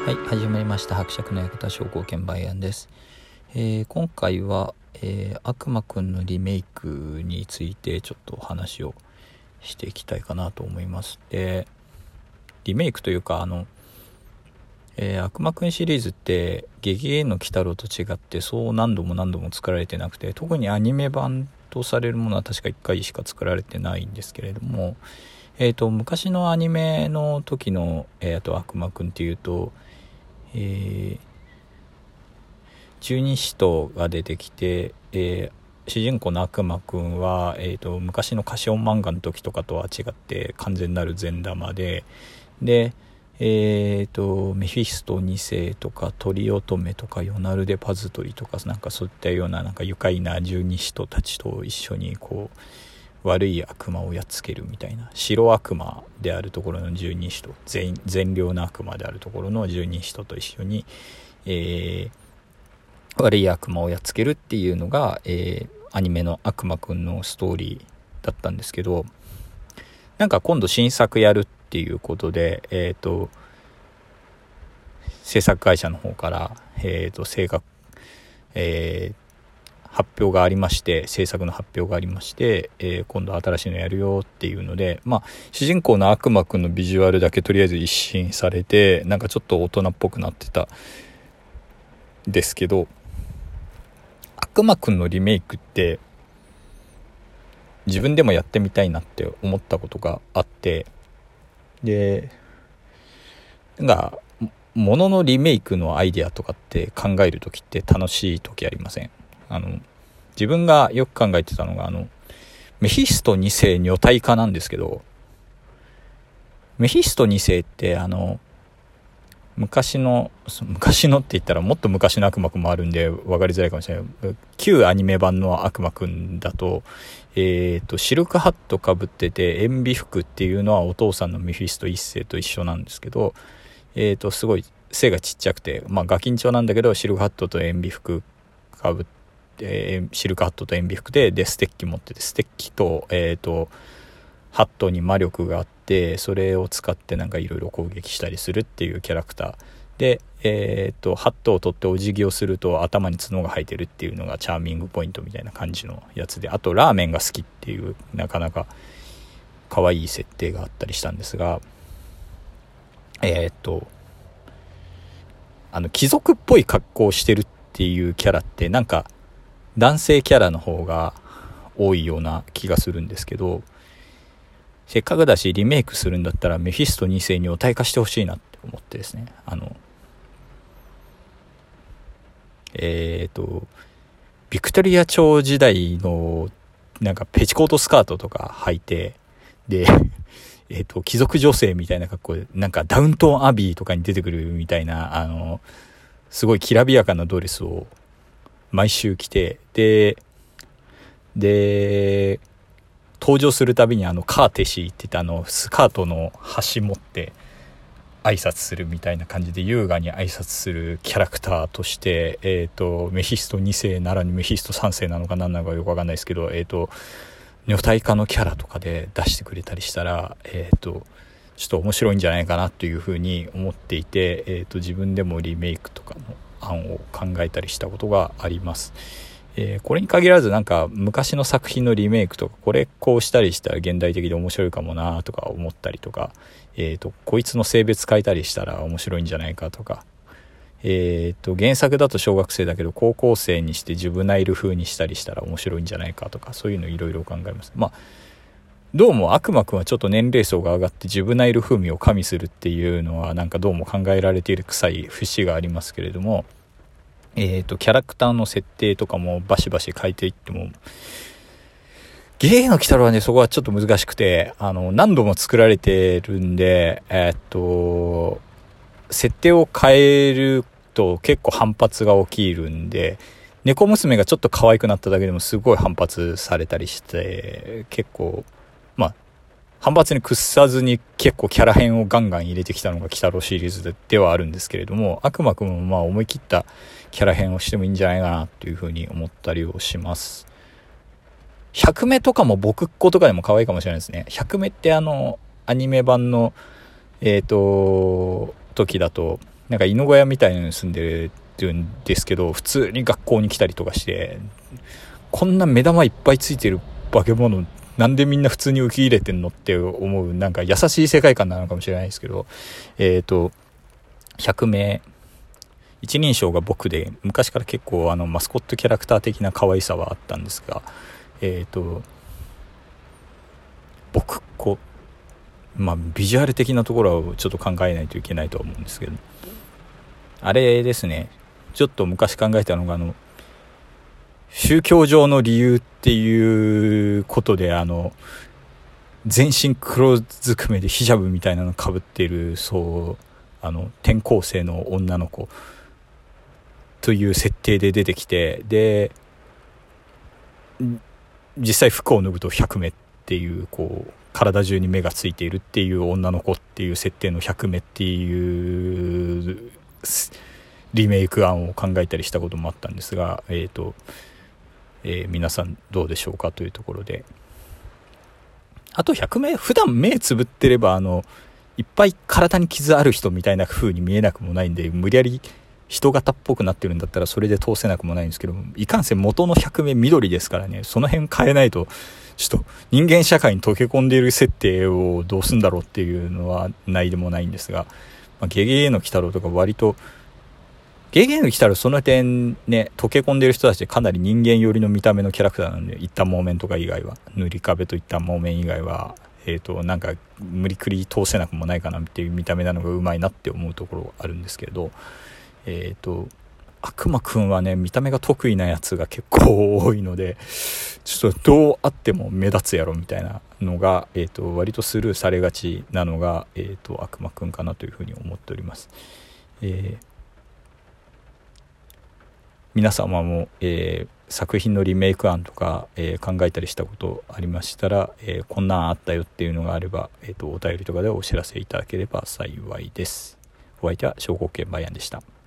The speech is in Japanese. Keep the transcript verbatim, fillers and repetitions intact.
はい、始まりました。伯爵の館商工兼売案です。えー、今回は、えー、悪魔くんのリメイクについてちょっとお話をしていきたいかなと思います。で、リメイクというかあの、えー、悪魔くんシリーズってゲゲゲの鬼太郎と違ってそう何度も何度も作られてなくて、特にアニメ版とされるものは確かいっかいしか作られてないんですけれども、えーと、昔のアニメの時の、えーと、悪魔くんっていうと、えー、十二使徒が出てきて、えー、主人公の悪魔くんは、えーと、昔のカシオン漫画の時とかとは違って完全なる善玉で、で、えーと、メフィストに世とかトリオトメとかヨナルデパズトリとかなんかそういったようななんか愉快な十二使徒たちと一緒にこう悪い悪魔をやっつけるみたいな、白悪魔であるところの十二使徒、善善良な悪魔であるところの十二使徒と一緒に、えー、悪い悪魔をやっつけるっていうのが、えー、アニメの悪魔くんのストーリーだったんですけど、なんか今度新作やるっていうことで、えーと制作会社の方から、えーと制作、えー発表がありまして、制作の発表がありまして、えー、今度新しいのやるよっていうので、まあ主人公の悪魔くんのビジュアルだけとりあえず一新されて、なんかちょっと大人っぽくなってたんですけど、悪魔くんのリメイクって自分でもやってみたいなって思ったことがあって、でなんか物のリメイクのアイデアとかって考えるときって楽しいときありません？あの自分がよく考えてたのが、あのメフィストに世女体化なんですけど、メフィストに世ってあの昔の昔のって言ったらもっと昔の悪魔くんもあるんで分かりづらいかもしれない。旧アニメ版の悪魔くんだと、えーとシルクハットかぶってて塩ビ服っていうのはお父さんのメフィストいっ世と一緒なんですけど、えーとすごい背がちっちゃくて、まあガキンチョなんだけどシルクハットと塩ビ服かぶって、シルクハットと塩ビ服ででステッキ持ってて、ステッキとえーとハットに魔力があって、それを使ってなんかいろいろ攻撃したりするっていうキャラクターで、えーとハットを取ってお辞儀をすると頭に角が生えてるっていうのがチャーミングポイントみたいな感じのやつで、あとラーメンが好きっていうなかなか可愛い設定があったりしたんですが、えーとあの貴族っぽい格好をしてるっていうキャラってなんか男性キャラの方が多いような気がするんですけど、せっかくだしリメイクするんだったらメフィストに世に女体化してほしいなって思ってですね、あのえっとビクトリア朝時代のなんかペチコートスカートとか履いて、でえっと貴族女性みたいな格好でなんかダウントンアビーとかに出てくるみたいな、あのすごいきらびやかなドレスを毎週着て、でで登場するたびにあのカーテシーって言ってあのスカートの端持って挨拶するみたいな感じで優雅に挨拶するキャラクターとして、えーとメフィストに世ならぬメフィストさん世なのか何なのかよくわかんないですけど、えーと女体化のキャラとかで出してくれたりしたら、えーとちょっと面白いんじゃないかなというふうに思っていて、えーと自分でもリメイクとかの案を考えたりしたことがあります。えー、これに限らずなんか昔の作品のリメイクとか、これこうしたりしたら現代的で面白いかもなとか思ったりとか、えーとこいつの性別変えたりしたら面白いんじゃないかとか、えーと原作だと小学生だけど高校生にしてジュブナイル風にしたりしたら面白いんじゃないかとか、そういうのいろいろ考えます。まあどうも悪魔くんはちょっと年齢層が上がってジュブナイル風味を加味するっていうのはなんかどうも考えられている臭い節がありますけれども、えーとキャラクターの設定とかもバシバシ変えていっても、ゲイの鬼太郎はねそこはちょっと難しくて、あの何度も作られてるんで、えー、っと設定を変えると結構反発が起きるんで、猫娘がちょっと可愛くなっただけでもすごい反発されたりして、結構まあ反発に屈さずに結構キャラ変をガンガン入れてきたのが鬼太郎シリーズ で, ではあるんですけれども、悪魔くんもまあ思い切ったキャラ変をしてもいいんじゃないかなというふうに思ったりをします。百目とかも僕っ子とかでも可愛いかもしれないですね。百目ってあのアニメ版のえっと時だとなんか犬小屋みたいなのに住んでるんですけど、普通に学校に来たりとかして、こんな目玉いっぱいついてる化け物なんでみんな普通に受け入れてんのって思う、なんか優しい世界観なのかもしれないですけど、えっとひゃくめい一人称が僕で、昔から結構あのマスコットキャラクター的な可愛さはあったんですが、えっと僕こうまあビジュアル的なところはちょっと考えないといけないと思うんですけど、あれですね、ちょっと昔考えたのが、あの宗教上の理由っていうことで、あの全身黒ずくめでヒジャブみたいなの被っている、そうあの転校生の女の子という設定で出てきて、で実際服を脱ぐと百目っていう、こう体中に目がついているっていう女の子っていう設定の百目っていうリメイク案を考えたりしたこともあったんですが、えーとえー、皆さんどうでしょうかというところで、あと百目、普段目つぶってればあのいっぱい体に傷ある人みたいな風に見えなくもないんで、無理やり人型っぽくなってるんだったらそれで通せなくもないんですけど、いかんせん元の百目緑ですからね、その辺変えないとちょっと人間社会に溶け込んでいる設定をどうすんだろうっていうのはないでもないんですが、まあ、ゲゲゲの鬼太郎とか割とゲゲゲの鬼太郎その点ね、溶け込んでいる人たちでかなり人間寄りの見た目のキャラクターなんで、一旦モーメンとか以外は、塗り壁と一旦モーメン以外はえーとなんか無理くり通せなくもないかなっていう見た目なのがうまいなって思うところがあるんですけれど、えーと悪魔くんはね、見た目が得意なやつが結構多いので、ちょっとどうあっても目立つやろみたいなのが、えーと割とスルーされがちなのが、えーと悪魔くんかなというふうに思っております。えー、皆様も、えー作品のリメイク案とか、えー、考えたりしたことありましたら、えー、こんなんあったよっていうのがあれば、えーと、お便りとかでお知らせいただければ幸いです。お相手は小国犬バイアンでした。